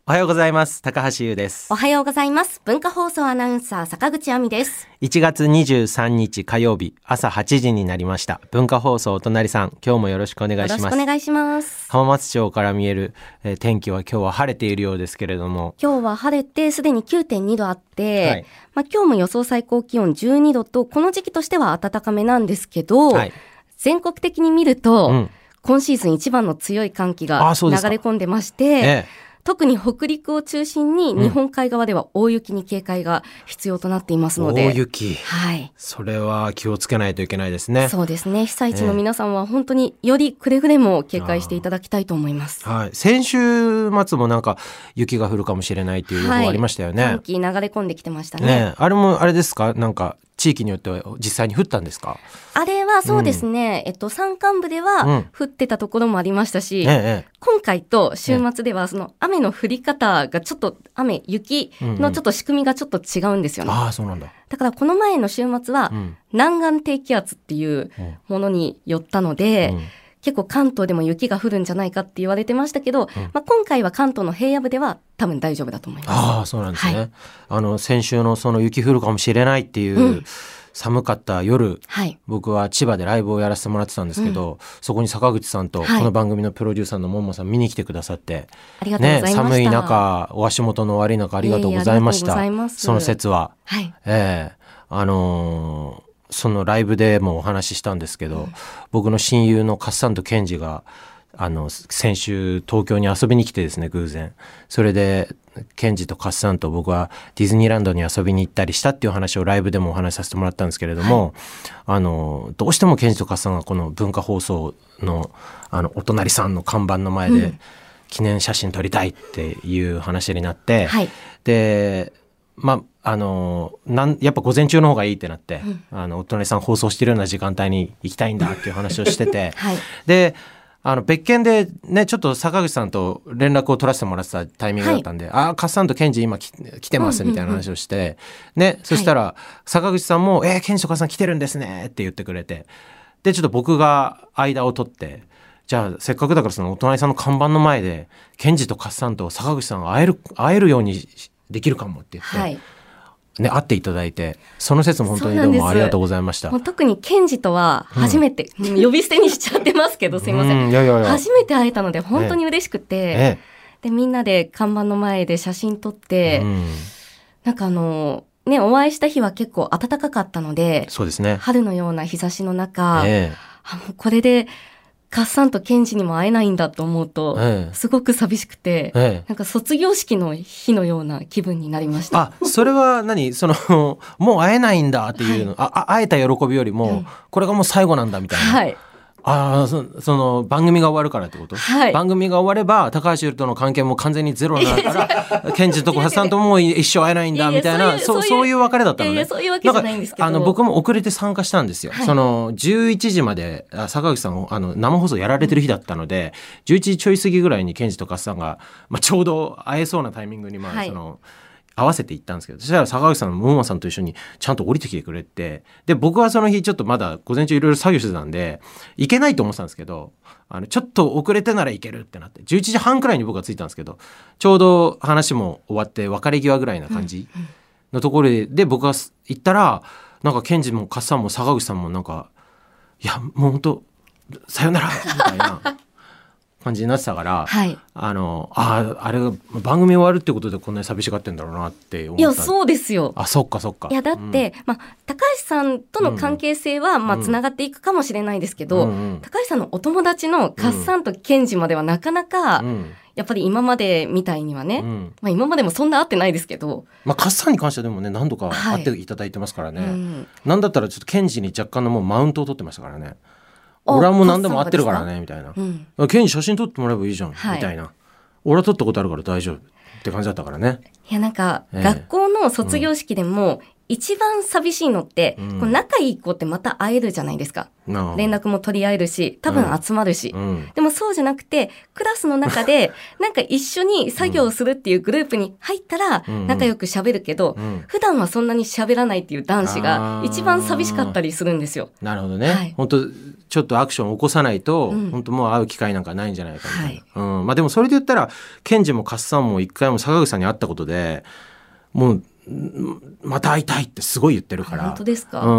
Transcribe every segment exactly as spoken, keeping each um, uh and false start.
おはようございます。高橋優です。 おはようございます。文化放送アナウンサー坂口亜美です。 いちがつにじゅうさんにち火曜日朝はちじになりました。文化放送お隣さん、今日もよろしくお願いします。 よろしくお願いします。 浜松町から見える、えー、天気は今日は晴れているようですけれども、 今日は晴れてすでに きゅうてんにどあって、はい、まあ、今日も予想最高気温じゅうにどとこの時期としては暖かめなんですけど、はい、全国的に見ると、うん、今シーズン一番の強い寒気が流れ込んでまして、ええ、特に北陸を中心に日本海側では大雪に警戒が必要となっていますので、 うん、大雪、はい、それは気をつけないといけないですね。 そうですね。被災地の皆さんは本当によりくれぐれも警戒していただきたいと思います。 はい、先週末もなんか雪が降るかもしれないという予報ありましたよね。 はい、寒気流れ込んできてました ね, ね。あれもあれですか、なんか地域によっては実際に降ったんですか？ あれはそうですね、うん、えっと、山間部では降ってたところもありましたし、うん、ええ、今回と週末ではその雨の降り方がちょっと雨雪のちょっと仕組みがちょっと違うんですよね。 うんうん、ああ、そうなんだ。 だからこの前の週末は南岸低気圧っていうものによったので、うんうん、結構関東でも雪が降るんじゃないかって言われてましたけど、うん、まあ、今回は関東の平野部では多分大丈夫だと思います。 ああ、そうなんですね。はい、あの先週のその雪降るかもしれないっていう、うん、寒かった夜、はい、僕は千葉でライブをやらせてもらってたんですけど、うん、そこに坂口さんとこの番組のプロデューサーのもんもさん見に来てくださって、 ありがとうございました。 ね、寒い中、お足元の悪い中ありがとうございました。えー、その説は、はい、えー、あのー、そのライブでもお話ししたんですけど、うん、僕の親友のカッサンとケンジがあの先週東京に遊びに来てですね、偶然それでケンジとカッサンと僕はディズニーランドに遊びに行ったりしたっていう話をライブでもお話しさせてもらったんですけれども、はい、あのどうしてもケンジとカッサンがこの文化放送 の, あのお隣さんの看板の前で記念写真撮りたいっていう話になって、はい、でまああのなんやっぱ午前中の方がいいってなって、うん、あのお隣さん放送してるような時間帯に行きたいんだっていう話をしてて、はい、であの別件でね、ちょっと坂口さんと連絡を取らせてもらってたタイミングだったんで、はい、ああカッサンとケンジ今来てますみたいな話をして、うんうんうん、ね、そしたら、はい、坂口さんもえー、ケンジとカッサン来てるんですねって言ってくれて、でちょっと僕が間を取って、じゃあせっかくだからそのお隣さんの看板の前でケンジとカッサンと坂口さんが会える会えるようにできるかもって言って、はい、ね、会っていただいて、その説も本当にどうもありがとうございました。 もう特にケンジとは初めて、うん、呼び捨てにしちゃってますけどすいません、 うん、いやいやいや、 初めて会えたので本当に嬉しくて、ええ、でみんなで看板の前で写真撮って、うん、なんかあのね、お会いした日は結構暖かかったので、 そうですね、 春のような日差しの中、ええ、あ、もうこれでカッサンとケンジにも会えないんだと思うと、ええ、すごく寂しくて、ええ、なんか卒業式の日のような気分になりました。 あ、それは何、そのもう会えないんだっていうの、はい、あ、会えた喜びよりも、うん、これがもう最後なんだみたいな、はい、あ、そ, その番組が終わるからってこと、はい、番組が終われば高橋優との関係も完全にゼロになるからケンジとカッサンとも一生会えないんだみたいな、そういう別れだったのね。いやいや、 そういうわけじゃないんですけど、 あの僕も遅れて参加したんですよ、はい、そのじゅういちじまで坂口さんあの生放送やられてる日だったので、うん、じゅういちじちょい過ぎぐらいにケンジとカッサンが、まあ、ちょうど会えそうなタイミングに、まあ、はい、その合わせて行ったんですけど、そしたら坂口さんのムーマさんと一緒にちゃんと降りてきてくれて、で僕はその日ちょっとまだ午前中いろいろ作業してたんで行けないと思ってたんですけど、あのちょっと遅れてなら行けるってなってじゅういちじはんくらいに僕が着いたんですけど、ちょうど話も終わって別れ際ぐらいな感じのところ で,、で僕が行ったら、なんかケンジもカッサンも坂口さんもなんか、いやもう本当さよならみたいな感じになってたから、はい、あのああれが番組終わるってことでこんなに寂しがってんだろうなって思った。 いやそうですよ。 あ、そっかそっか。 いやだって、うん、まあ、高橋さんとの関係性は、うん、まあ、つながっていくかもしれないですけど、うんうん、高橋さんのお友達のカッサンとケンジまではなかなか、うん、やっぱり今までみたいにはね、うん、まあ、今までもそんな会ってないですけど、 まあ、カッサンに関してはでもね何度か会っていただいてますからね、はい、うん、なんだったらちょっとケンジに若干のもうマウントを取ってましたからね。俺はもう何でも会ってるからねみたいな、うん、ケンに写真撮ってもらえばいいじゃん、はい、みたいな、俺は撮ったことあるから大丈夫って感じだったからね。 いやなんか、えー、学校の卒業式でも、うん、 一番寂しいのって、うん、こう仲いい子ってまた会えるじゃないですか。連絡も取り合えるし、多分集まるし、うんうん、でもそうじゃなくてクラスの中でなんか一緒に作業をするっていうグループに入ったら仲良く喋るけど、うんうん、普段はそんなに喋らないっていう男子が一番寂しかったりするんですよ。 なるほどね、はい、本当ちょっとアクションを起こさないと、うん、本当もう会う機会なんかないんじゃないかみたいな、はいうん、まあでもそれで言ったらケンジもカッサンも一回も坂口さんに会ったことでもうまた会いたいってすごい言ってるから。 本当ですか？ うん、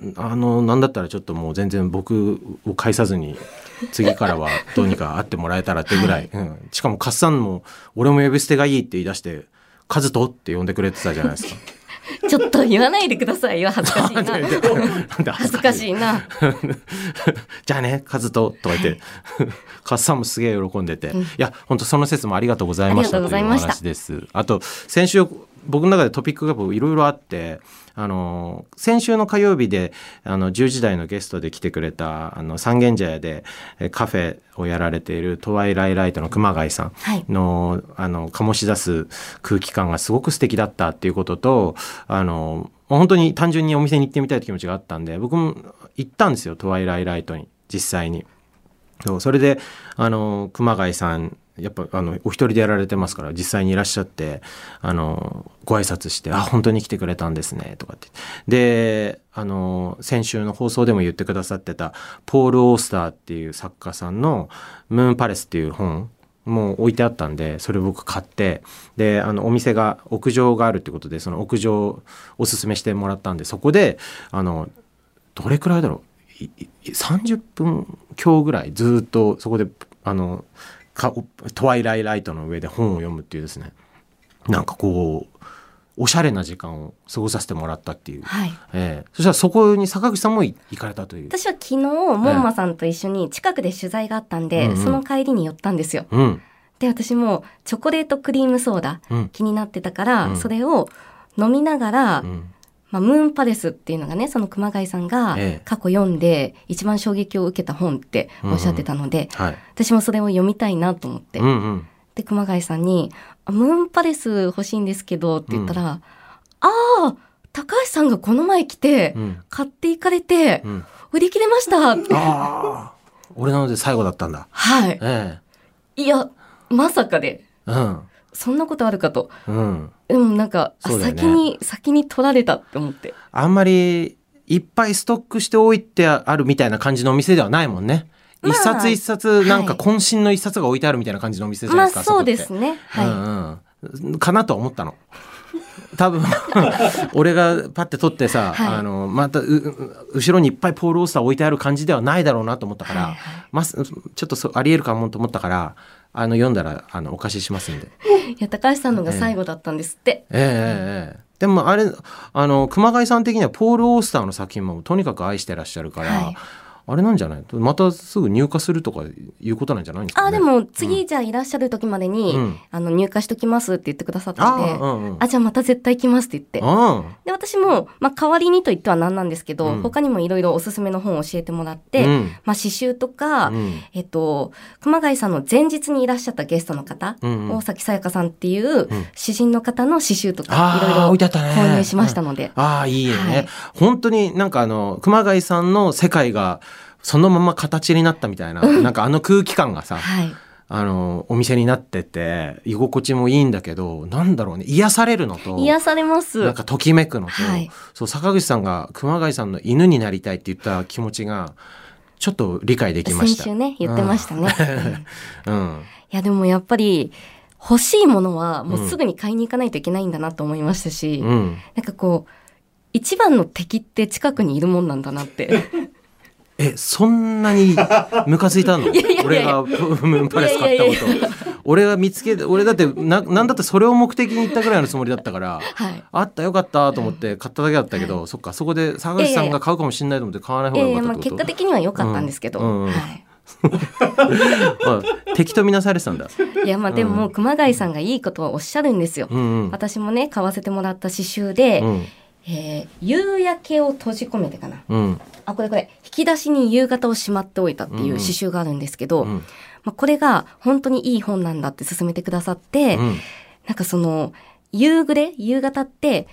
あのなんだったらちょっともう全然僕を介さずに次からはどうにか会ってもらえたらってぐらい、はいうん、しかもカッサンも俺も呼び捨てがいいって言い出してカズトって呼んでくれてたじゃないですか。 ちょっと言わないでくださいよ、恥ずかしいな。恥ずかしいな。 じゃあねカズトとか言って、はい、カッサンもすげえ喜んでて、うん、いや本当その説もありがとうございましたというお話です。あと先週僕の中でトピックがいろいろあって、あの先週の火曜日であのじゅうじ台のゲストで来てくれたあの三軒茶屋でカフェをやられているトワイライライトの熊谷さんの、はい、あの醸し出す空気感がすごく素敵だったっていうことと、あの本当に単純にお店に行ってみたいという気持ちがあったんで僕も行ったんですよ、トワイライライトに実際に。そうそれであの熊谷さんやっぱあのお一人でやられてますから実際にいらっしゃってあのご挨拶してあ本当に来てくれたんですねとかってであの先週の放送でも言ってくださってたポール・オースターっていう作家さんのムーンパレスっていう本もう置いてあったんでそれを僕買ってであのお店が屋上があるってことでその屋上をおすすめしてもらったんでそこであのどれくらいだろうさんじゅっぷん強ぐらいずっとそこであのかトワイライライトの上で本を読むっていうですねなんかこうおしゃれな時間を過ごさせてもらったっていう、はいえー、そしたらそこに坂口さんも行かれたという。 私は昨日門馬さんと一緒に近くで取材があったんで、えー、その帰りに寄ったんですよ、うん、で私もチョコレートクリームソーダ、うん、気になってたから、うん、それを飲みながら、うんまあ、ムーンパレスっていうのがねその熊谷さんが過去読んで一番衝撃を受けた本っておっしゃってたので、うんうんはい、私もそれを読みたいなと思って、うんうん、で熊谷さんにムーンパレス欲しいんですけどって言ったら、うん、ああ高橋さんがこの前来て、うん、買っていかれて、うん、売り切れましたってあ俺なので最後だったんだはい、ええ、いやまさかで、うんそんなことあるかと、うん、でもなんか、ね、先に先に取られたって思ってあんまりいっぱいストックしておいてあるみたいな感じのお店ではないもんね、まあ、一冊一冊なんか渾身の一冊が置いてあるみたいな感じのお店じゃないですか、 まあ、そうですね、はい、 うんうん、かなと思ったの多分俺がパッて取ってさ、はい、あのまた後ろにいっぱいポール・オースター置いてある感じではないだろうなと思ったから、はいはいま、ちょっとそありえるかもと思ったからあの読んだらあのお貸ししますんでいや高橋さんのが最後だったんですって、 えー、えー、えー、でもあれあの熊谷さん的にはポール・オースターの作品もとにかく愛してらっしゃるから、はいあれなんじゃないまたすぐ入荷するとかいうことなんじゃないんですかね。 あでも次、うん、じゃあいらっしゃる時までに、うん、あの入荷しときますって言ってくださったので あ,、うんうん、あじゃあまた絶対来ますって言ってで私も、まあ、代わりにと言ってはなんなんですけど、うん、他にもいろいろおすすめの本を教えてもらって、うんまあ、詩集とか、うんえっと、熊谷さんの前日にいらっしゃったゲストの方、うんうん、大崎さやかさんっていう詩人の方の詩集とかいろいろ購入しましたので、 うん、ああいいね、はい、本当になんかあの熊谷さんの世界がそのまま形になったみたいな、うん、なんかあの空気感がさ、はい、あのお店になってて居心地もいいんだけどなんだろうね癒されるのと癒されますなんかときめくのと、はい、そう坂口さんが熊谷さんの犬になりたいって言った気持ちがちょっと理解できました。 先週ね言ってましたね、うんうん、いやでもやっぱり欲しいものはもうすぐに買いに行かないといけないんだなと思いましたし、うん、なんかこう一番の敵って近くにいるもんなんだなってえそんなにムカついたの？いやいやいや俺がムーンパレス買ったこといやいやいや俺が見つけ俺だってななんだってそれを目的に行ったぐらいのつもりだったから、はい、あったよかったと思って買っただけだったけど、はい、そっかそこで坂口さんが買うかもしれないと思って買わない方がよかったってこと？ いやいや、まあ、結果的には良かったんですけど、うんうんはいまあ、敵とみなされてたんだ。 いやまあでも、うん、熊谷さんがいいことはおっしゃるんですよ、うんうん、私もね買わせてもらった詩集で、うんえー、夕焼けを閉じ込めてかな、うん、あこれこれ引き出しに夕方をしまっておいたっていう詩集があるんですけど、うんまあ、これが本当にいい本なんだって勧めてくださって、うん、なんかその夕暮れ夕方って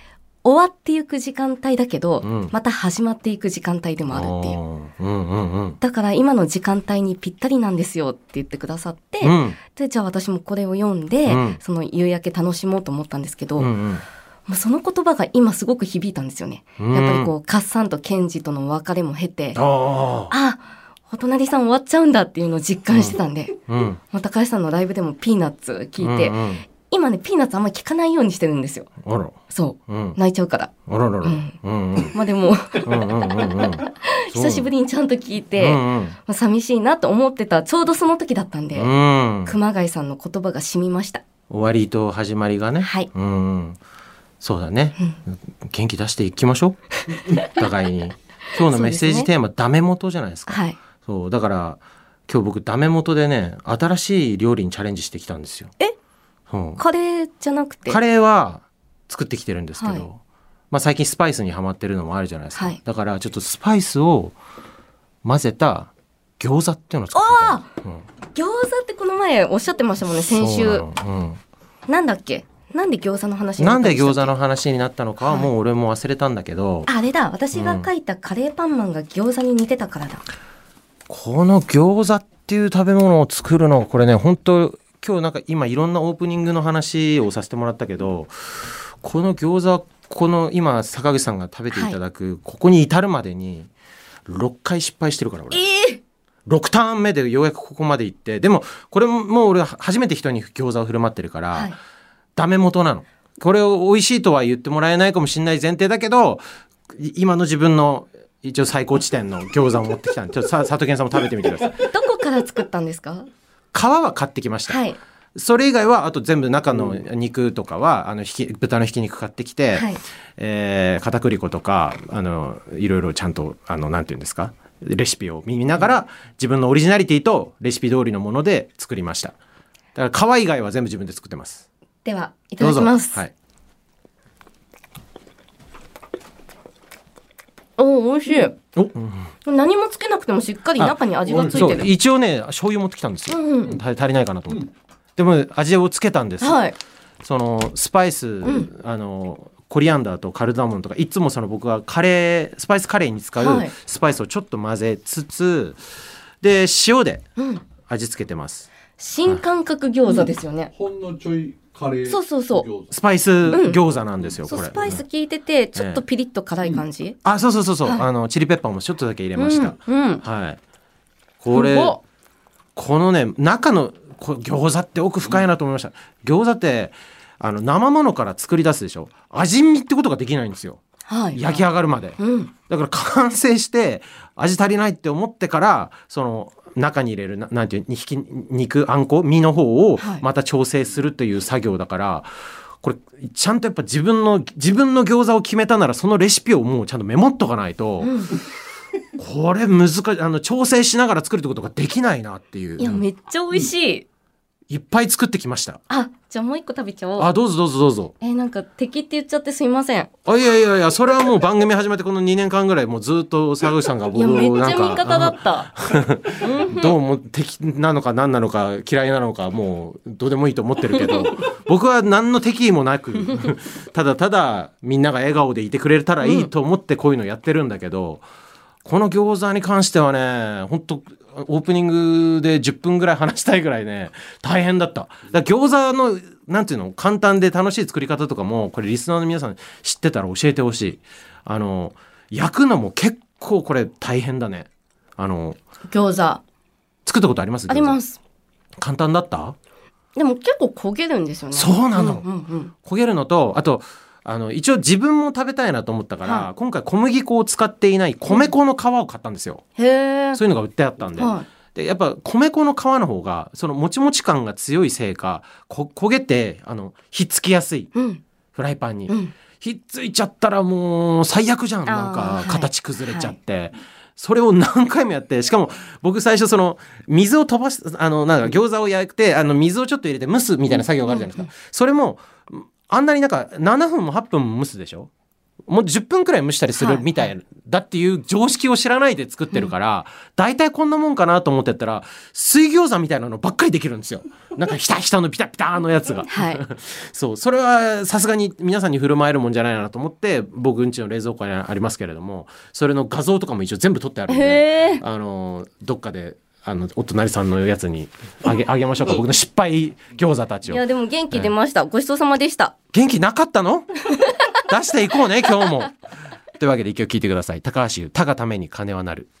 終わっていく時間帯だけど、うん、また始まっていく時間帯でもあるっていう、 うんうんうん、 だから今の時間帯にぴったりなんですよって言ってくださって、うん、でじゃあ私もこれを読んで、うん、その夕焼け楽しもうと思ったんですけど、うんうん、もうその言葉が今すごく響いたんですよね、うん、やっぱりこうカッサンとケンジとの別れも経て、ああお隣さん終わっちゃうんだっていうのを実感してたんで、うんうん、また高橋さんのライブでもピーナッツ聞いて、うんうん、今ねピーナッツあんまり聞かないようにしてるんですよ。 あらそう、うん、泣いちゃうから。 あららら、うんうんうん、 まあでも久しぶりにちゃんと聞いて、うんうんまあ、寂しいなと思ってたちょうどその時だったんで、うん、熊谷さんの言葉が染みました。 終わりと始まりがね、 はい、 うん、そうだね、うん、元気出していきましょうお互いに。今日のメッセージテーマ、ね、ダメ元じゃないですか、 はい、 そうだから今日僕ダメ元でね新しい料理にチャレンジしてきたんですよ。 え、うん、カレーじゃなくて？ カレーは作ってきてるんですけど、はいまあ、最近スパイスにハマってるのもあるじゃないですか、はい、だからちょっとスパイスを混ぜた餃子っていうのを作ってきた、うん、 餃子ってこの前おっしゃってましたもんね先週。な、うん、なんだっけ、なんで餃子の話になったんでしたっけ？ なんで餃子の話になったのかはもう俺も忘れたんだけど、 はい、あれだ、私が書いたカレーパンマンが餃子に似てたからだ、うん、 この餃子っていう食べ物を作るのこれね本当今日なんか今いろんなオープニングの話をさせてもらったけど、この餃子この今坂口さんが食べていただく、はい、ここに至るまでにろっかい失敗してるから俺、 えー、 ろくターン目でようやくここまで行って、でもこれももう俺初めて人に餃子を振る舞ってるから、はい、ダメ元なの。これを美味しいとは言ってもらえないかもしれない前提だけど、今の自分の一応最高地点の餃子を持ってきたんで、ちょっとさ佐藤健さんも食べてみてください。 どこから作ったんですか？ 皮は買ってきました、はい、それ以外はあと全部中の肉とかは、うん、あのひき豚のひき肉買ってきて、はいえー、片栗粉とかあのいろいろちゃんとあのなんていうんですかレシピを見ながら、うん、自分のオリジナリティとレシピ通りのもので作りました。だから皮以外は全部自分で作ってます。 ではいただきます。 はい、 おお、美味しい。お、うん、何もつけなくてもしっかり中に味がついてる。 一応ね醤油持ってきたんですよ、うんうん、足りないかなと思って、うん、でも味をつけたんです、はい、そのスパイス、うん、あのコリアンダーとカルダモンとかいつもその僕はカレースパイスカレーに使うスパイスをちょっと混ぜつつ、で塩で味付けてます、うん、 新感覚餃子ですよね、 うん、ほんのちょいカレーそうそうそうスパイス餃子なんですよ、うん、これスパイス効いててちょっとピリッと辛い感じ、うん、 あそうそうそうそう、はい、あのチリペッパーもちょっとだけ入れました、 うんうん、 はいこれこのね中のこ餃子って奥深いなと思いました、うん、餃子ってあの生ものから作り出すでしょ、味見ってことができないんですよ、はい、焼き上がるまで、うん、だから完成して味足りないって思ってからその中に入れる な, なんていうひき肉あんこ身の方をまた調整するという作業だから、はい、これちゃんとやっぱ自分の自分の餃子を決めたならそのレシピをもうちゃんとメモっとかないと、うん、これ難しいあの調整しながら作るってことができないなっていう。 いやめっちゃ美味しい、うんいっぱい作ってきました。 あ、じゃあもう一個食べちゃおう。 あ、どうぞどうぞどうぞ。 えー、なんか敵って言っちゃってすいません。 あ、いやいやいや、それはもう番組始めてこのにねんかんぐらいもうずっと沢口さんが僕をなんかいやめっちゃ味方だったどうも敵なのか何なのか嫌いなのかもうどうでもいいと思ってるけど僕は何の敵意もなくただただみんなが笑顔でいてくれたらいいと思ってこういうのやってるんだけど、うん、この餃子に関してはね本当オープニングでじゅっぷんぐらい話したいぐらいね大変だった。だから餃子のなんていうの簡単で楽しい作り方とかもこれリスナーの皆さん知ってたら教えてほしい。あの焼くのも結構これ大変だね。あの餃子作ったことあります？ あります。 簡単だった？ でも結構焦げるんですよね。 そうなの、 うんうんうん、 焦げるのとあとあの一応自分も食べたいなと思ったから、はい、今回小麦粉を使っていない米粉の皮を買ったんですよ、 うん、へーそういうのが売ってあったんで、はい、でやっぱ米粉の皮の方がそのもちもち感が強いせいかこ焦げてあのひっつきやすい、うん、フライパンに、うん、ひっついちゃったらもう最悪じゃん。なんか形崩れちゃって、はいはい、それを何回もやって、しかも僕最初その水を飛ばすあのなんか餃子を焼いてあの水をちょっと入れて蒸すみたいな作業があるじゃないですか、うんうんうん、それもあんなになんかななふんもはっぷんも蒸すでしょ。 もうじゅっぷんくらい蒸したりするみたいだっていう常識を知らないで作ってるから、だいたいこんなもんかなと思ってったら水餃子みたいなのばっかりできるんですよ。なんかひたひたのピタピタのやつが、はい、そうそれはさすがに皆さんに振る舞えるもんじゃないなと思って、僕んちの冷蔵庫にありますけれども、それの画像とかも一応全部撮ってあるんで、あのどっかであのお隣さんのやつにあげ、あげましょうか、僕の失敗餃子たちを。 いやでも元気出ました、えー、ごちそうさまでした。 元気なかったの出していこうね今日もというわけで一曲聴いてください。高橋優、他がために金はなる。